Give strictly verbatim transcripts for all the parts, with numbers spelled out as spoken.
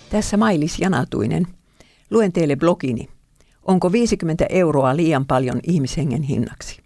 Tässä Mailis Janatuinen. Luen teille blogini. Onko viisikymmentä euroa liian paljon ihmishengen hinnaksi?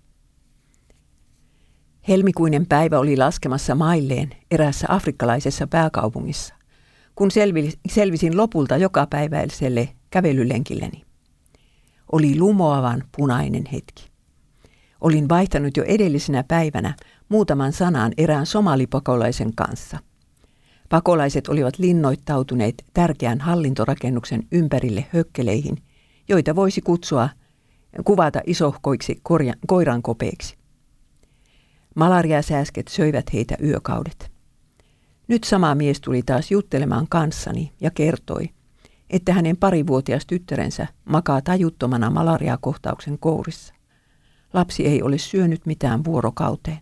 Helmikuinen päivä oli laskemassa mailleen eräässä afrikkalaisessa pääkaupungissa, kun selvi, selvisin lopulta jokapäiväiselle kävelylenkilleni. Oli lumoavan punainen hetki. Olin vaihtanut jo edellisenä päivänä muutaman sanan erään somalipakolaisen kanssa. Pakolaiset olivat linnoittautuneet tärkeän hallintorakennuksen ympärille hökkeleihin, joita voisi kutsua, kuvata isohkoiksi korja, koirankopeiksi. Malariasääsket söivät heitä yökaudet. Nyt sama mies tuli taas juttelemaan kanssani ja kertoi, että hänen parivuotias tyttärensä makaa tajuttomana malariakohtauksen kourissa. Lapsi ei ole syönyt mitään vuorokauteen.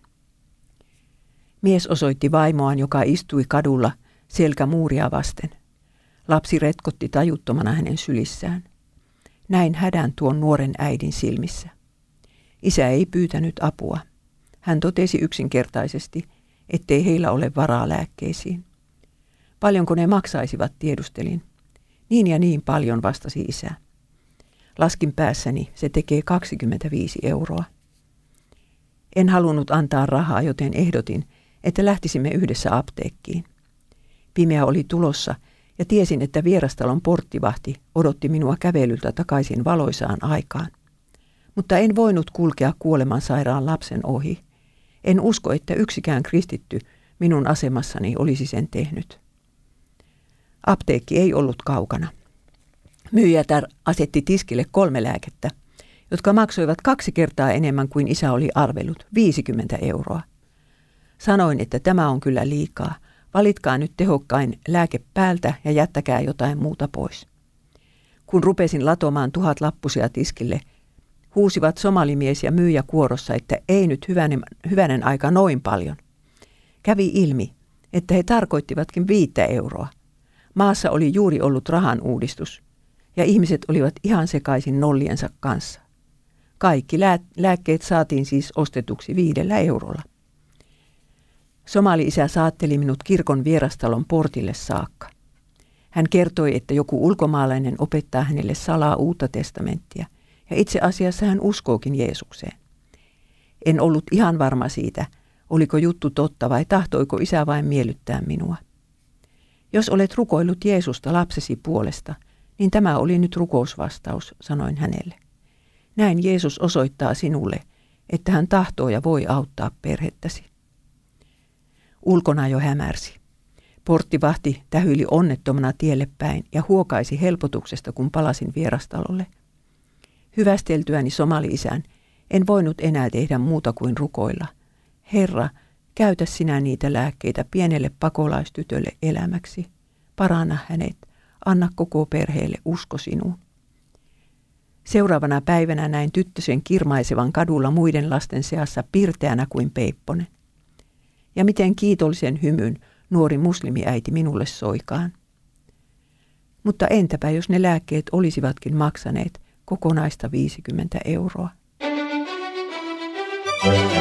Mies osoitti vaimoaan, joka istui kadulla selkämuuria vasten. Lapsi retkotti tajuttomana hänen sylissään. Näin hädän tuon nuoren äidin silmissä. Isä ei pyytänyt apua. Hän totesi yksinkertaisesti, ettei heillä ole varaa lääkkeisiin. Paljonko ne maksaisivat, tiedustelin. Niin ja niin paljon, vastasi isä. Laskin päässäni, se tekee kaksikymmentäviisi euroa. En halunnut antaa rahaa, joten ehdotin, että lähtisimme yhdessä apteekkiin. Pimeä oli tulossa ja tiesin, että vierastalon porttivahti odotti minua kävelyltä takaisin valoisaan aikaan. Mutta en voinut kulkea kuolemansairaan lapsen ohi. En usko, että yksikään kristitty minun asemassani olisi sen tehnyt. Apteekki ei ollut kaukana. Myyjätär asetti tiskille kolme lääkettä, jotka maksoivat kaksi kertaa enemmän kuin isä oli arvellut, viisikymmentä euroa. Sanoin, että tämä on kyllä liikaa. Valitkaa nyt tehokkain lääke päältä ja jättäkää jotain muuta pois. Kun rupesin latomaan tuhat lappusia tiskille, huusivat somalimies ja myyjä kuorossa, että ei nyt hyvänen, hyvänen aika noin paljon. Kävi ilmi, että he tarkoittivatkin viittä euroa. Maassa oli juuri ollut rahan uudistus, ja ihmiset olivat ihan sekaisin nolliensa kanssa. Kaikki lää- lääkkeet saatiin siis ostetuksi viidellä eurolla. Somali-isä saatteli minut kirkon vierastalon portille saakka. Hän kertoi, että joku ulkomaalainen opettaa hänelle salaa uutta testamenttia, ja itse asiassa hän uskookin Jeesukseen. En ollut ihan varma siitä, oliko juttu totta vai tahtoiko isä vain miellyttää minua. Jos olet rukoillut Jeesusta lapsesi puolesta, niin tämä oli nyt rukousvastaus, sanoin hänelle. Näin Jeesus osoittaa sinulle, että hän tahtoo ja voi auttaa perhettäsi. Ulkona jo hämärsi. Porttivahti tähyili onnettomana tielle päin ja huokaisi helpotuksesta, kun palasin vierastalolle. Hyvästeltyäni somali-isän en voinut enää tehdä muuta kuin rukoilla. Herra, käytä sinä niitä lääkkeitä pienelle pakolaistytölle elämäksi. Paranna hänet, anna koko perheelle usko sinuun. Seuraavana päivänä näin tyttösen kirmaisevan kadulla muiden lasten seassa pirteänä kuin peipponen. Ja miten kiitollisen hymyn nuori muslimiäiti minulle soikaan. Mutta entäpä jos ne lääkkeet olisivatkin maksaneet kokonaista viisikymmentä euroa?